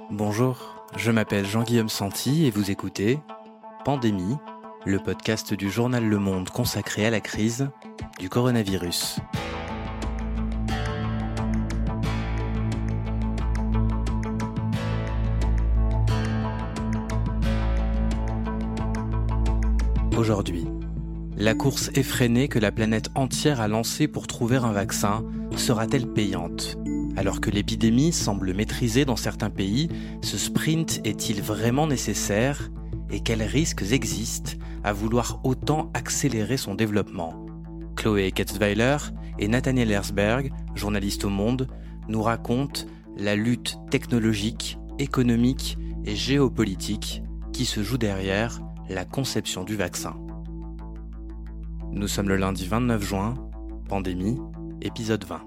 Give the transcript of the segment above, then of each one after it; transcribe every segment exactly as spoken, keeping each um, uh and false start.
Bonjour, je m'appelle Jean-Guillaume Santi et vous écoutez Pandémie, le podcast du journal Le Monde consacré à la crise du coronavirus. Aujourd'hui, la course effrénée que la planète entière a lancée pour trouver un vaccin sera-t-elle payante ? Alors que l'épidémie semble maîtrisée dans certains pays, ce sprint est-il vraiment nécessaire ? Et quels risques existent à vouloir autant accélérer son développement ? Chloé Ketzweiler et Nathaniel Herzberg, journalistes au Monde, nous racontent la lutte technologique, économique et géopolitique qui se joue derrière la conception du vaccin. Nous sommes le lundi vingt-neuf juin, Pandémie, épisode vingt.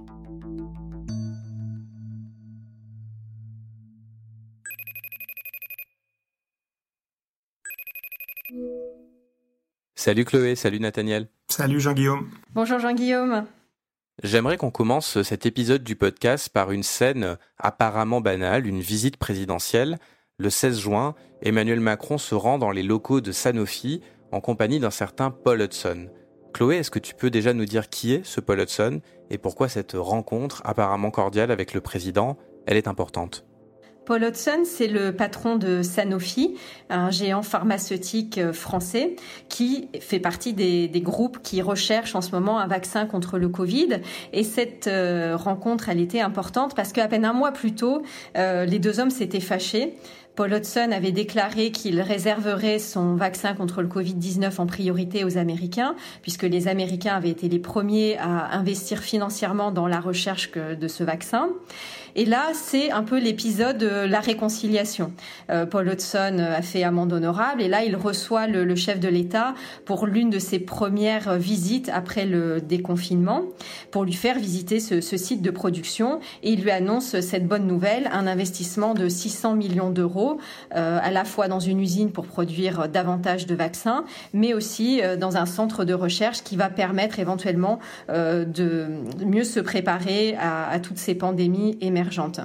Salut Chloé, salut Nathaniel. Salut Jean-Guillaume. Bonjour Jean-Guillaume. J'aimerais qu'on commence cet épisode du podcast par une scène apparemment banale, une visite présidentielle. Le seize juin, Emmanuel Macron se rend dans les locaux de Sanofi en compagnie d'un certain Paul Hudson. Chloé, est-ce que tu peux déjà nous dire qui est ce Paul Hudson et pourquoi cette rencontre apparemment cordiale avec le président, elle est importante ? Paul Hudson, c'est le patron de Sanofi, un géant pharmaceutique français qui fait partie des, des groupes qui recherchent en ce moment un vaccin contre le Covid. Et cette euh, rencontre, elle était importante parce qu'à peine un mois plus tôt, euh, les deux hommes s'étaient fâchés. Paul Hudson avait déclaré qu'il réserverait son vaccin contre le covid dix-neuf en priorité aux Américains, puisque les Américains avaient été les premiers à investir financièrement dans la recherche de ce vaccin. Et là, c'est un peu l'épisode de la réconciliation. Euh, Paul Hudson a fait amende honorable et là, il reçoit le, le chef de l'État pour l'une de ses premières visites après le déconfinement, pour lui faire visiter ce, ce site de production. Et il lui annonce cette bonne nouvelle, un investissement de six cents millions d'euros, euh, à la fois dans une usine pour produire davantage de vaccins, mais aussi euh, dans un centre de recherche qui va permettre éventuellement euh, de mieux se préparer à, à toutes ces pandémies émergentes.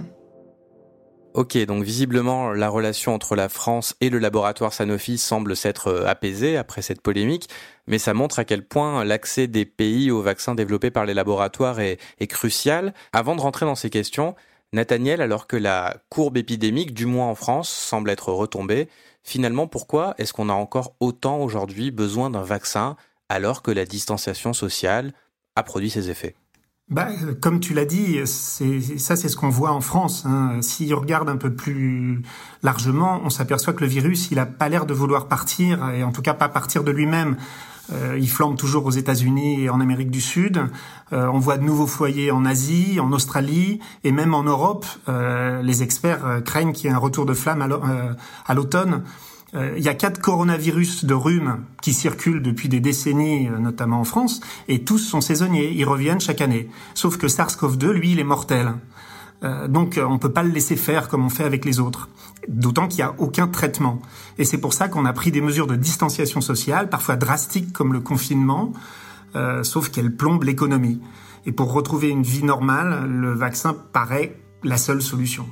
Ok, donc visiblement, la relation entre la France et le laboratoire Sanofi semble s'être apaisée après cette polémique, mais ça montre à quel point l'accès des pays aux vaccins développés par les laboratoires est, est crucial. Avant de rentrer dans ces questions, Nathaniel, alors que la courbe épidémique, du moins en France, semble être retombée, finalement, pourquoi est-ce qu'on a encore autant aujourd'hui besoin d'un vaccin alors que la distanciation sociale a produit ses effets ? Bah, comme tu l'as dit, c'est, ça c'est ce qu'on voit en France. Hein. Si on regarde un peu plus largement, on s'aperçoit que le virus, il a pas l'air de vouloir partir, et en tout cas pas partir de lui-même. Euh, il flambe toujours aux États-Unis et en Amérique du Sud. Euh, on voit de nouveaux foyers en Asie, en Australie et même en Europe. Euh, les experts craignent qu'il y ait un retour de flamme à, l'au- euh, à l'automne. Euh, il y a quatre coronavirus de rhume qui circulent depuis des décennies, notamment en France, et tous sont saisonniers, ils reviennent chaque année. Sauf que SARS-CoV deux, lui, il est mortel. Euh, donc on peut pas le laisser faire comme on fait avec les autres. D'autant qu'il y a aucun traitement. Et c'est pour ça qu'on a pris des mesures de distanciation sociale, parfois drastiques comme le confinement, euh, sauf qu'elles plombent l'économie. Et pour retrouver une vie normale, le vaccin paraît la seule solution.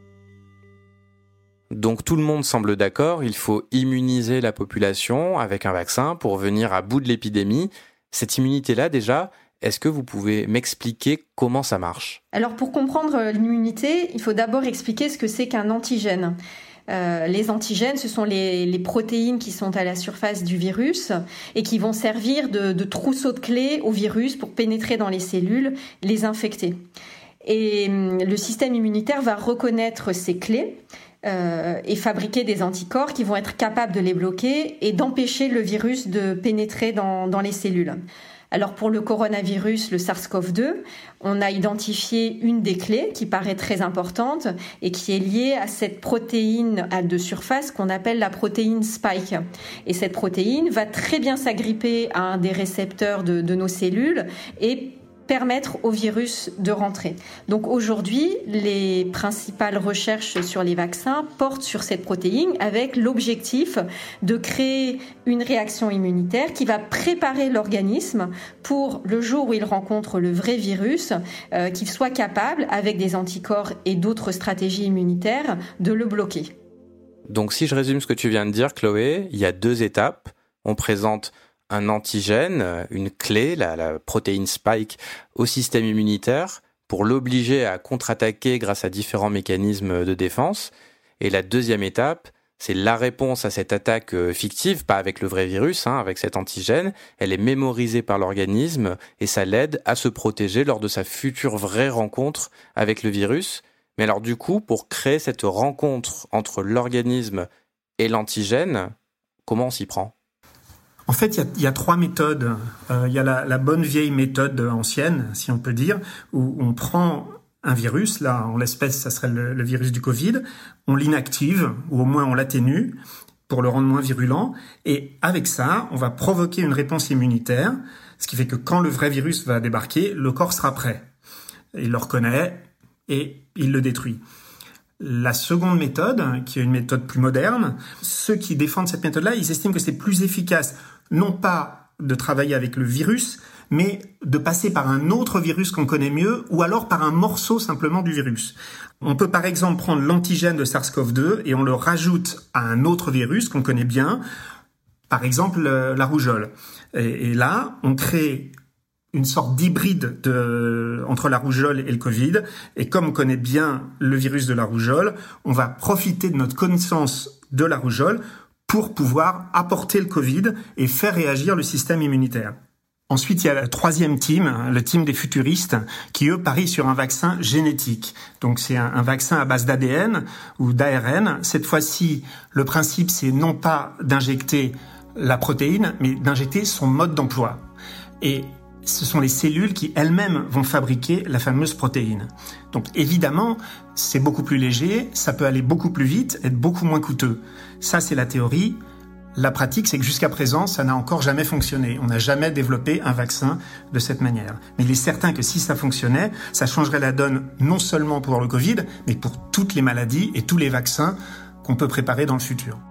Donc tout le monde semble d'accord, il faut immuniser la population avec un vaccin pour venir à bout de l'épidémie. Cette immunité-là, déjà, est-ce que vous pouvez m'expliquer comment ça marche ? Alors pour comprendre l'immunité, il faut d'abord expliquer ce que c'est qu'un antigène. Euh, les antigènes, ce sont les, les protéines qui sont à la surface du virus et qui vont servir de, de trousseau de clés au virus pour pénétrer dans les cellules, les infecter. Et le système immunitaire va reconnaître ces clés Euh, et fabriquer des anticorps qui vont être capables de les bloquer et d'empêcher le virus de pénétrer dans, dans les cellules. Alors pour le coronavirus, le SARS-CoV deux, on a identifié une des clés qui paraît très importante et qui est liée à cette protéine de surface qu'on appelle la protéine Spike. Et cette protéine va très bien s'agripper à un des récepteurs de, de nos cellules et permettre au virus de rentrer. Donc aujourd'hui, les principales recherches sur les vaccins portent sur cette protéine avec l'objectif de créer une réaction immunitaire qui va préparer l'organisme pour le jour où il rencontre le vrai virus, euh, qu'il soit capable, avec des anticorps et d'autres stratégies immunitaires, de le bloquer. Donc si je résume ce que tu viens de dire, Chloé, il y a deux étapes. On présente un antigène, une clé, la, la protéine spike, au système immunitaire pour l'obliger à contre-attaquer grâce à différents mécanismes de défense. Et la deuxième étape, c'est la réponse à cette attaque fictive, pas avec le vrai virus, hein, avec cet antigène. Elle est mémorisée par l'organisme et ça l'aide à se protéger lors de sa future vraie rencontre avec le virus. Mais alors du coup, pour créer cette rencontre entre l'organisme et l'antigène, comment on s'y prend ? En fait, il y a, il y a trois méthodes. Euh, il y a la, la bonne vieille méthode ancienne, si on peut dire, où on prend un virus, là, en l'espèce, ça serait le, le virus du Covid, on l'inactive, ou au moins on l'atténue, pour le rendre moins virulent, et avec ça, on va provoquer une réponse immunitaire, ce qui fait que quand le vrai virus va débarquer, le corps sera prêt. Il le reconnaît, et il le détruit. La seconde méthode, qui est une méthode plus moderne, ceux qui défendent cette méthode-là, ils estiment que c'est plus efficace, non pas de travailler avec le virus, mais de passer par un autre virus qu'on connaît mieux, ou alors par un morceau simplement du virus. On peut par exemple prendre l'antigène de SARS-CoV deux et on le rajoute à un autre virus qu'on connaît bien, par exemple la rougeole. Et, et là, on crée une sorte d'hybride de, entre la rougeole et le Covid. Et comme on connaît bien le virus de la rougeole, on va profiter de notre connaissance de la rougeole pour pouvoir apporter le Covid et faire réagir le système immunitaire. Ensuite, il y a le troisième team, le team des futuristes, qui eux parient sur un vaccin génétique. Donc c'est un, un vaccin à base d'A D N ou d'A R N. Cette fois-ci, le principe, c'est non pas d'injecter la protéine, mais d'injecter son mode d'emploi. Et ce sont les cellules qui elles-mêmes vont fabriquer la fameuse protéine. Donc évidemment, c'est beaucoup plus léger, ça peut aller beaucoup plus vite, être beaucoup moins coûteux. Ça, c'est la théorie. La pratique, c'est que jusqu'à présent, ça n'a encore jamais fonctionné. On n'a jamais développé un vaccin de cette manière. Mais il est certain que si ça fonctionnait, ça changerait la donne non seulement pour le Covid, mais pour toutes les maladies et tous les vaccins qu'on peut préparer dans le futur.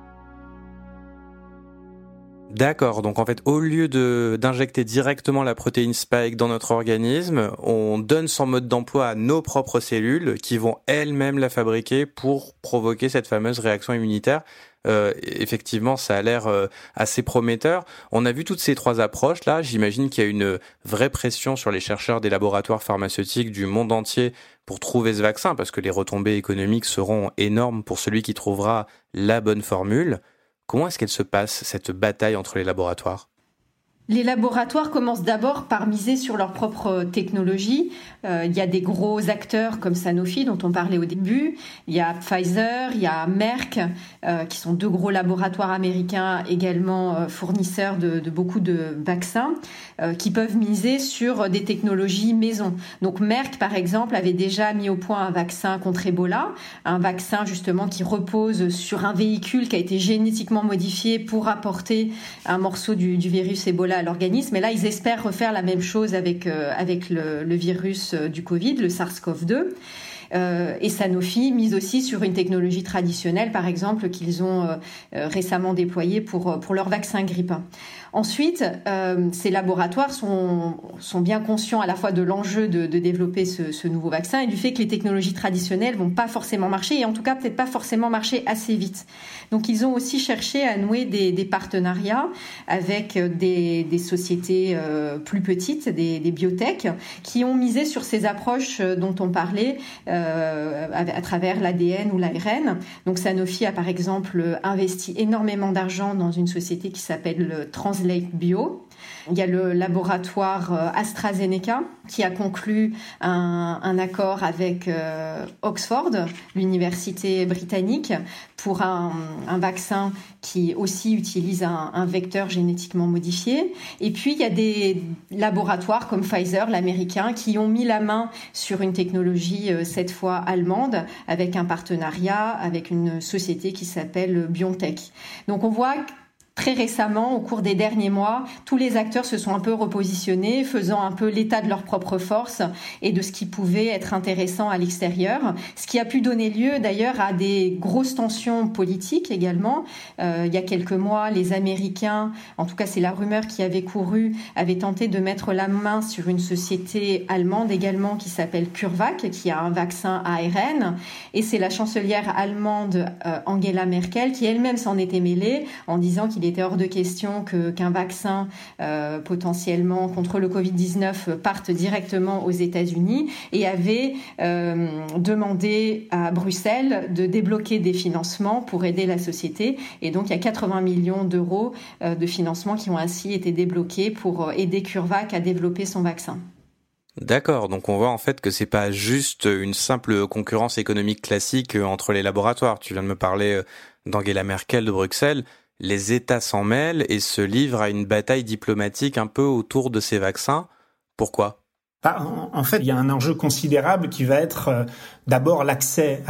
D'accord, donc en fait, au lieu de, d'injecter directement la protéine spike dans notre organisme, on donne son mode d'emploi à nos propres cellules qui vont elles-mêmes la fabriquer pour provoquer cette fameuse réaction immunitaire. Euh, effectivement, ça a l'air euh, assez prometteur. On a vu toutes ces trois approches-là. J'imagine qu'il y a une vraie pression sur les chercheurs des laboratoires pharmaceutiques du monde entier pour trouver ce vaccin, parce que les retombées économiques seront énormes pour celui qui trouvera la bonne formule. Comment est-ce qu'elle se passe, cette bataille entre les laboratoires ? Les laboratoires commencent d'abord par miser sur leur propre technologie. Euh, il y a des gros acteurs comme Sanofi dont on parlait au début. Il y a Pfizer, il y a Merck, euh, qui sont deux gros laboratoires américains également euh, fournisseurs de, de beaucoup de vaccins, euh, qui peuvent miser sur des technologies maison. Donc Merck, par exemple, avait déjà mis au point un vaccin contre Ebola, un vaccin justement qui repose sur un véhicule qui a été génétiquement modifié pour apporter un morceau du, du virus Ebola à l'organisme. Et là, ils espèrent refaire la même chose avec, euh, avec le, le virus euh, du Covid, le SARS-CoV deux. Euh, et Sanofi mise aussi sur une technologie traditionnelle, par exemple, qu'ils ont euh, euh, récemment déployée pour, pour leur vaccin grippe. Ensuite, euh, ces laboratoires sont, sont bien conscients à la fois de l'enjeu de, de développer ce, ce nouveau vaccin et du fait que les technologies traditionnelles vont pas forcément marcher, et en tout cas peut-être pas forcément marcher assez vite. Donc ils ont aussi cherché à nouer des, des partenariats avec des, des sociétés euh, plus petites, des, des biotech, qui ont misé sur ces approches dont on parlait euh, à, à travers l'A D N ou l'A R N. Donc Sanofi a par exemple investi énormément d'argent dans une société qui s'appelle le Trans Lake Bio. Il y a le laboratoire AstraZeneca qui a conclu un, un accord avec euh, Oxford, l'université britannique, pour un, un vaccin qui aussi utilise un, un vecteur génétiquement modifié. Et puis, il y a des laboratoires comme Pfizer, l'américain, qui ont mis la main sur une technologie, euh, cette fois allemande, avec un partenariat avec une société qui s'appelle BioNTech. Donc, on voit Très récemment, au cours des derniers mois, tous les acteurs se sont un peu repositionnés, faisant un peu l'état de leurs propres forces et de ce qui pouvait être intéressant à l'extérieur. Ce qui a pu donner lieu d'ailleurs à des grosses tensions politiques également. Euh, il y a quelques mois, les Américains, en tout cas c'est la rumeur qui avait couru, avaient tenté de mettre la main sur une société allemande également qui s'appelle CureVac, qui a un vaccin A R N. Et c'est la chancelière allemande euh, Angela Merkel qui elle-même s'en était mêlée en disant qu'il Il était hors de question que, qu'un vaccin euh, potentiellement contre le covid dix-neuf parte directement aux États-Unis et avait euh, demandé à Bruxelles de débloquer des financements pour aider la société. Et donc, il y a quatre-vingts millions d'euros euh, de financements qui ont ainsi été débloqués pour aider CureVac à développer son vaccin. D'accord, donc on voit en fait que c'est pas juste une simple concurrence économique classique entre les laboratoires. Tu viens de me parler d'Angela Merkel de Bruxelles. Les États s'en mêlent et se livrent à une bataille diplomatique un peu autour de ces vaccins. Pourquoi ? En fait, il y a un enjeu considérable qui va être euh, d'abord l'accès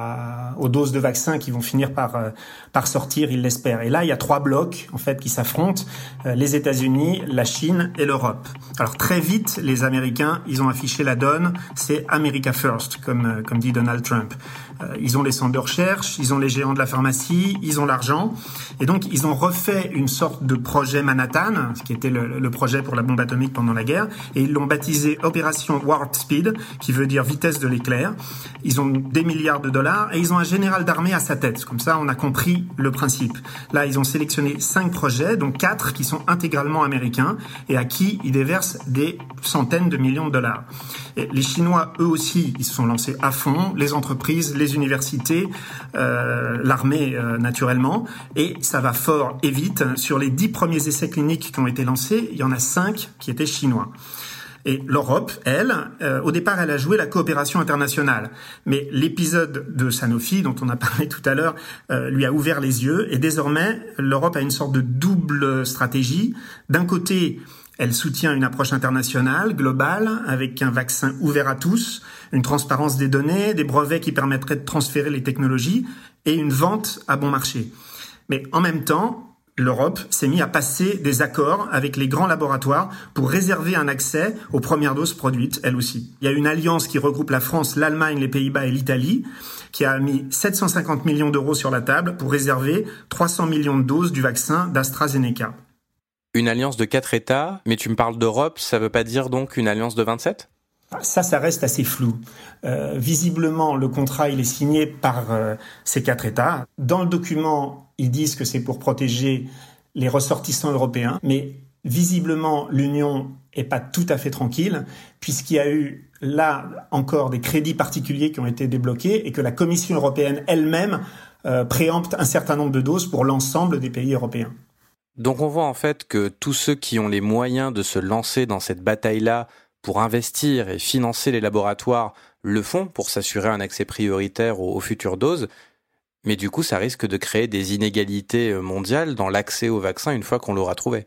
à, aux doses de vaccins qui vont finir par euh, par sortir, ils l'espèrent. Et là, il y a trois blocs en fait qui s'affrontent euh, les États-Unis, la Chine et l'Europe. Alors très vite, les Américains, ils ont affiché la donne, c'est America First, comme euh, comme dit Donald Trump. Euh, ils ont les centres de recherche, ils ont les géants de la pharmacie, ils ont l'argent, et donc ils ont refait une sorte de projet Manhattan, ce qui était le, le projet pour la bombe atomique pendant la guerre, et ils l'ont baptisé Opération Warp Speed, qui veut dire vitesse de l'éclair. Ils ont des milliards de dollars et ils ont un général d'armée à sa tête. Comme ça, on a compris le principe. Là, ils ont sélectionné cinq projets, dont quatre qui sont intégralement américains et à qui ils déversent des centaines de millions de dollars. Et les Chinois, eux aussi, ils se sont lancés à fond, les entreprises, les universités, euh, l'armée euh, naturellement, et ça va fort et vite. Sur les dix premiers essais cliniques qui ont été lancés, il y en a cinq qui étaient chinois. Et l'Europe, elle, euh, au départ, elle a joué la coopération internationale. Mais l'épisode de Sanofi, dont on a parlé tout à l'heure, euh, lui a ouvert les yeux. Et désormais, l'Europe a une sorte de double stratégie. D'un côté, elle soutient une approche internationale, globale, avec un vaccin ouvert à tous, une transparence des données, des brevets qui permettraient de transférer les technologies et une vente à bon marché. Mais en même temps, l'Europe s'est mise à passer des accords avec les grands laboratoires pour réserver un accès aux premières doses produites, elles aussi. Il y a une alliance qui regroupe la France, l'Allemagne, les Pays-Bas et l'Italie, qui a mis sept cent cinquante millions d'euros sur la table pour réserver trois cents millions de doses du vaccin d'AstraZeneca. Une alliance de quatre États, mais tu me parles d'Europe, ça veut pas dire donc une alliance de vingt-sept ? Ça, ça reste assez flou. Euh, visiblement, le contrat, il est signé par euh, ces quatre États. Dans le document, ils disent que c'est pour protéger les ressortissants européens, mais visiblement, l'Union est pas tout à fait tranquille, puisqu'il y a eu là encore des crédits particuliers qui ont été débloqués et que la Commission européenne elle-même euh, préempte un certain nombre de doses pour l'ensemble des pays européens. Donc on voit en fait que tous ceux qui ont les moyens de se lancer dans cette bataille-là pour investir et financer les laboratoires le font pour s'assurer un accès prioritaire aux, aux futures doses. Mais du coup, ça risque de créer des inégalités mondiales dans l'accès au vaccin une fois qu'on l'aura trouvé.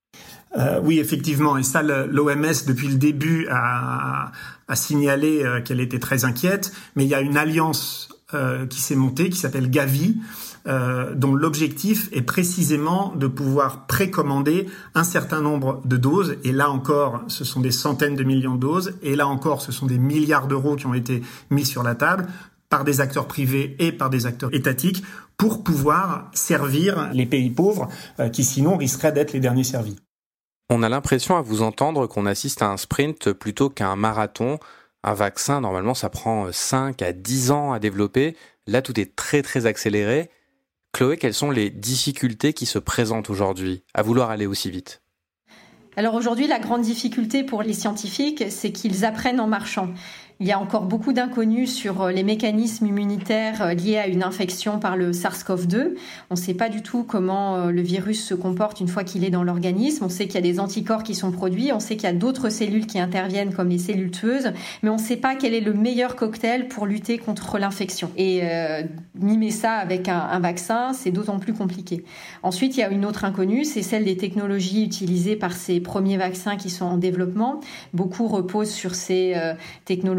Euh, oui, effectivement. Et ça, l'O M S, depuis le début, a, a signalé euh, qu'elle était très inquiète. Mais il y a une alliance euh, qui s'est montée, qui s'appelle Gavi, Euh, dont l'objectif est précisément de pouvoir précommander un certain nombre de doses. Et là encore, ce sont des centaines de millions de doses. Et là encore, ce sont des milliards d'euros qui ont été mis sur la table par des acteurs privés et par des acteurs étatiques pour pouvoir servir les pays pauvres euh, qui sinon risqueraient d'être les derniers servis. On a l'impression à vous entendre qu'on assiste à un sprint plutôt qu'à un marathon. Un vaccin, normalement, ça prend cinq à dix ans à développer. Là, tout est très très accéléré. Chloé, quelles sont les difficultés qui se présentent aujourd'hui à vouloir aller aussi vite ? Alors aujourd'hui, la grande difficulté pour les scientifiques, c'est qu'ils apprennent en marchant. Il y a encore beaucoup d'inconnus sur les mécanismes immunitaires liés à une infection par le SARS-CoV deux. On ne sait pas du tout comment le virus se comporte une fois qu'il est dans l'organisme. On sait qu'il y a des anticorps qui sont produits, on sait qu'il y a d'autres cellules qui interviennent comme les cellules tueuses, mais on ne sait pas quel est le meilleur cocktail pour lutter contre l'infection. Et euh, mimer ça avec un, un vaccin, c'est d'autant plus compliqué. Ensuite, il y a une autre inconnue, c'est celle des technologies utilisées par ces premiers vaccins qui sont en développement. Beaucoup reposent sur ces euh, technologies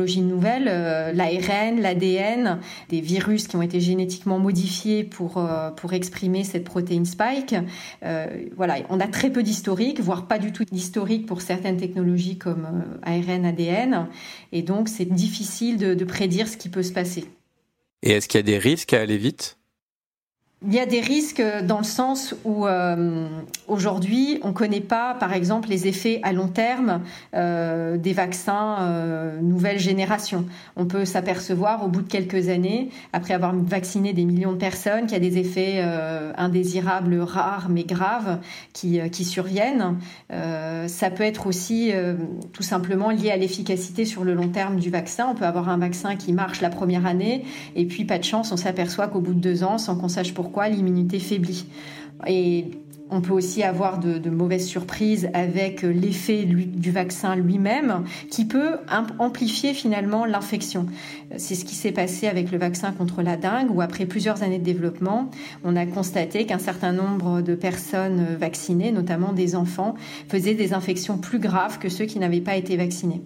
technologies nouvelles, euh, l'A R N, l'A D N, des virus qui ont été génétiquement modifiés pour euh, pour exprimer cette protéine spike. Euh, voilà, on a très peu d'historique, voire pas du tout d'historique pour certaines technologies comme euh, A R N, A D N, et donc c'est difficile de, de prédire ce qui peut se passer. Et est-ce qu'il y a des risques à aller vite ? Il y a des risques dans le sens où euh, aujourd'hui on ne connaît pas, par exemple, les effets à long terme euh, des vaccins euh, nouvelle génération. On peut s'apercevoir au bout de quelques années, après avoir vacciné des millions de personnes, qu'il y a des effets euh, indésirables, rares mais graves qui, qui surviennent. Euh, ça peut être aussi euh, tout simplement lié à l'efficacité sur le long terme du vaccin. On peut avoir un vaccin qui marche la première année et puis pas de chance, on s'aperçoit qu'au bout de deux ans, sans qu'on sache pourquoi, Pourquoi l'immunité faiblit. Et on peut aussi avoir de, de mauvaises surprises avec l'effet lui, du vaccin lui-même qui peut amplifier finalement l'infection. C'est ce qui s'est passé avec le vaccin contre la dengue où après plusieurs années de développement, on a constaté qu'un certain nombre de personnes vaccinées, notamment des enfants, faisaient des infections plus graves que ceux qui n'avaient pas été vaccinés.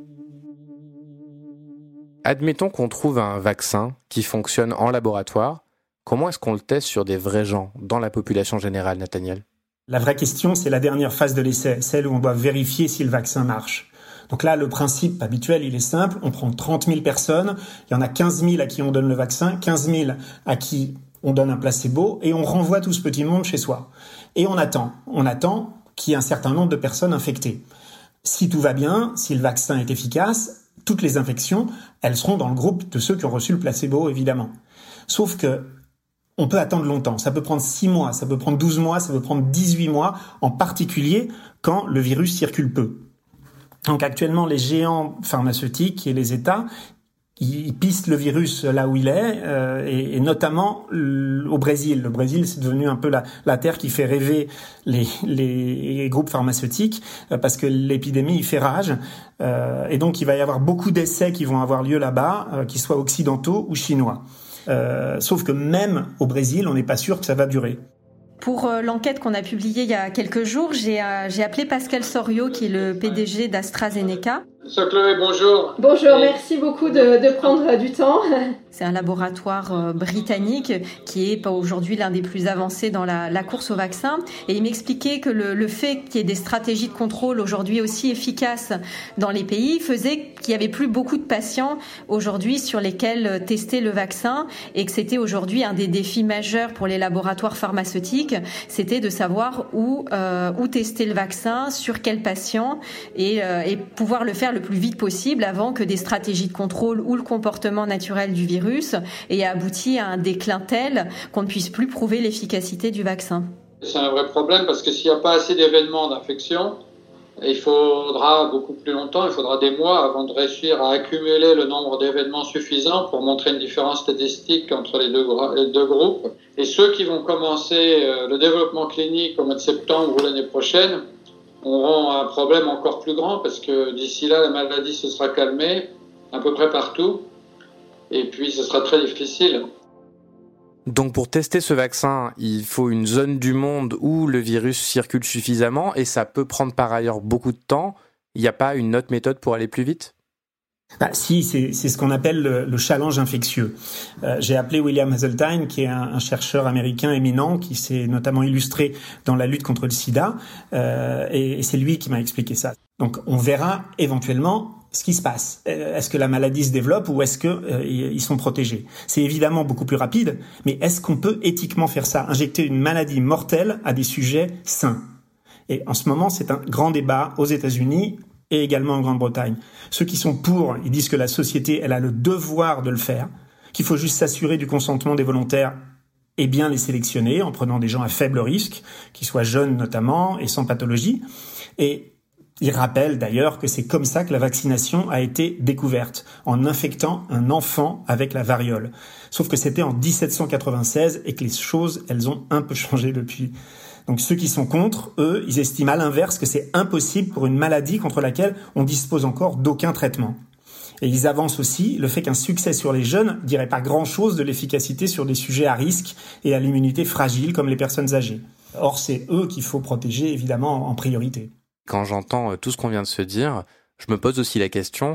Admettons qu'on trouve un vaccin qui fonctionne en laboratoire. Comment est-ce qu'on le teste sur des vrais gens, dans la population générale, Nathaniel ? La vraie question, c'est la dernière phase de l'essai, celle où on doit vérifier si le vaccin marche. Donc là, le principe habituel, il est simple. On prend trente mille personnes, il y en a quinze mille à qui on donne le vaccin, quinze mille à qui on donne un placebo, et on renvoie tout ce petit monde chez soi. Et on attend. On attend qu'il y ait un certain nombre de personnes infectées. Si tout va bien, si le vaccin est efficace, toutes les infections, elles seront dans le groupe de ceux qui ont reçu le placebo, évidemment. Sauf que on peut attendre longtemps. Ça peut prendre six mois, ça peut prendre douze mois, ça peut prendre dix-huit mois, en particulier quand le virus circule peu. Donc actuellement, les géants pharmaceutiques et les États, ils pistent le virus là où il est, euh, et, et notamment au Brésil. Le Brésil, c'est devenu un peu la, la terre qui fait rêver les, les groupes pharmaceutiques, euh, parce que l'épidémie y fait rage. Euh, et donc, il va y avoir beaucoup d'essais qui vont avoir lieu là-bas, euh, qu'ils soient occidentaux ou chinois. Euh, sauf que même au Brésil, on n'est pas sûr que ça va durer. Pour euh, l'enquête qu'on a publiée il y a quelques jours, j'ai, euh, j'ai appelé Pascal Soriot, qui est le P D G d'AstraZeneca. Monsieur Chloé, bonjour. Bonjour, merci beaucoup de, de prendre du temps. C'est un laboratoire euh, britannique qui est aujourd'hui l'un des plus avancés dans la, la course au vaccin. Et il m'expliquait que le, le fait qu'il y ait des stratégies de contrôle aujourd'hui aussi efficaces dans les pays faisait qu'il y avait plus beaucoup de patients aujourd'hui sur lesquels tester le vaccin et que c'était aujourd'hui un des défis majeurs pour les laboratoires pharmaceutiques, c'était de savoir où, euh, où tester le vaccin, sur quels patients et, euh, et pouvoir le faire le plus vite possible avant que des stratégies de contrôle ou le comportement naturel du virus ait abouti à un déclin tel qu'on ne puisse plus prouver l'efficacité du vaccin. C'est un vrai problème parce que s'il n'y a pas assez d'événements d'infection, il faudra beaucoup plus longtemps, il faudra des mois avant de réussir à accumuler le nombre d'événements suffisants pour montrer une différence statistique entre les deux, les deux groupes. Et ceux qui vont commencer le développement clinique au mois de septembre ou l'année prochaine auront un problème encore plus grand parce que d'ici là, la maladie se sera calmée à peu près partout et puis ce sera très difficile. Donc pour tester ce vaccin, il faut une zone du monde où le virus circule suffisamment et ça peut prendre par ailleurs beaucoup de temps. Il n'y a pas une autre méthode pour aller plus vite ? Bah, si, c'est, c'est ce qu'on appelle le, le challenge infectieux. Euh, j'ai appelé William Haseltine, qui est un, un chercheur américain éminent, qui s'est notamment illustré dans la lutte contre le sida, euh, et, et c'est lui qui m'a expliqué ça. Donc on verra éventuellement ce qui se passe. Est-ce que la maladie se développe ou est-ce que euh, ils sont protégés ? C'est évidemment beaucoup plus rapide, mais est-ce qu'on peut éthiquement faire ça ? Injecter une maladie mortelle à des sujets sains ? Et en ce moment, c'est un grand débat aux États-Unis et également en Grande-Bretagne. Ceux qui sont pour, ils disent que la société, elle a le devoir de le faire, qu'il faut juste s'assurer du consentement des volontaires et bien les sélectionner en prenant des gens à faible risque, qui soient jeunes notamment et sans pathologie. Et ils rappellent d'ailleurs que c'est comme ça que la vaccination a été découverte, en infectant un enfant avec la variole. Sauf que c'était en dix-sept cent quatre-vingt-seize et que les choses, elles ont un peu changé depuis. Donc ceux qui sont contre, eux, ils estiment à l'inverse que c'est impossible pour une maladie contre laquelle on dispose encore d'aucun traitement. Et ils avancent aussi le fait qu'un succès sur les jeunes ne dirait pas grand-chose de l'efficacité sur des sujets à risque et à l'immunité fragile comme les personnes âgées. Or, c'est eux qu'il faut protéger évidemment en priorité. Quand j'entends tout ce qu'on vient de se dire, je me pose aussi la question,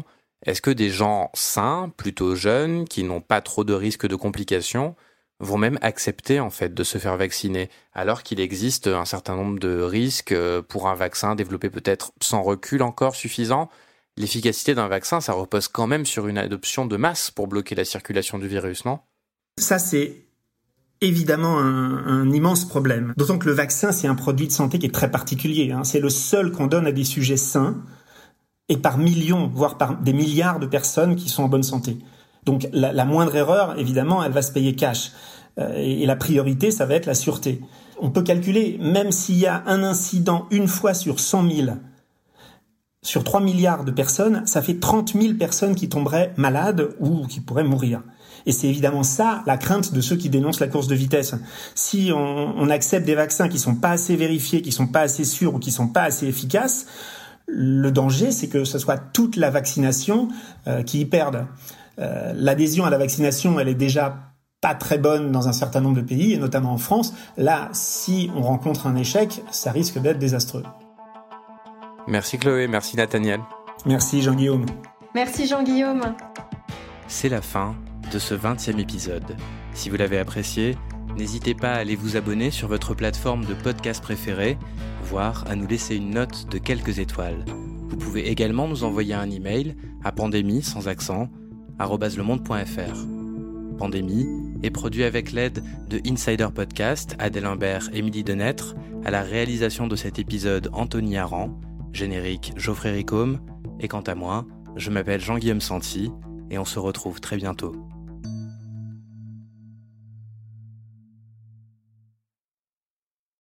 Est-ce que des gens sains, plutôt jeunes, qui n'ont pas trop de risques de complications, vont même accepter en fait de se faire vacciner, alors qu'il existe un certain nombre de risques pour un vaccin développé peut-être sans recul encore suffisant? L'efficacité d'un vaccin, ça repose quand même sur une adoption de masse pour bloquer la circulation du virus, non? Ça, c'est évidemment un, un immense problème. D'autant que le vaccin, c'est un produit de santé qui est très particulier. Hein. C'est le seul qu'on donne à des sujets sains et par millions, voire par des milliards de personnes qui sont en bonne santé. Donc la, la moindre erreur, évidemment, elle va se payer cash. Euh, et, et la priorité, ça va être la sûreté. On peut calculer, même s'il y a un incident une fois sur cent mille, sur trois milliards de personnes, ça fait trente mille personnes qui tomberaient malades ou qui pourraient mourir. Et c'est évidemment ça, la crainte de ceux qui dénoncent la course de vitesse. Si on, on accepte des vaccins qui sont pas assez vérifiés, qui sont pas assez sûrs ou qui sont pas assez efficaces, le danger, c'est que ce soit toute la vaccination euh, qui y perde. Euh, l'adhésion à la vaccination, elle est déjà pas très bonne dans un certain nombre de pays, et notamment en France. Là, si on rencontre un échec, ça risque d'être désastreux. Merci Chloé, merci Nathaniel. Merci Jean-Guillaume. Merci Jean-Guillaume. C'est la fin de ce vingtième épisode. Si vous l'avez apprécié, n'hésitez pas à aller vous abonner sur votre plateforme de podcast préférée, voire à nous laisser une note de quelques étoiles. Vous pouvez également nous envoyer un email à pandémie sans accent arobase lemonde point fr. Pandémie est produit avec l'aide de Insider Podcast, Adèle Imbert, Émilie Denêtre, à la réalisation de cet épisode Anthony Aran, générique Geoffrey Ricôme, et quant à moi, je m'appelle Jean-Guillaume Santi, et on se retrouve très bientôt.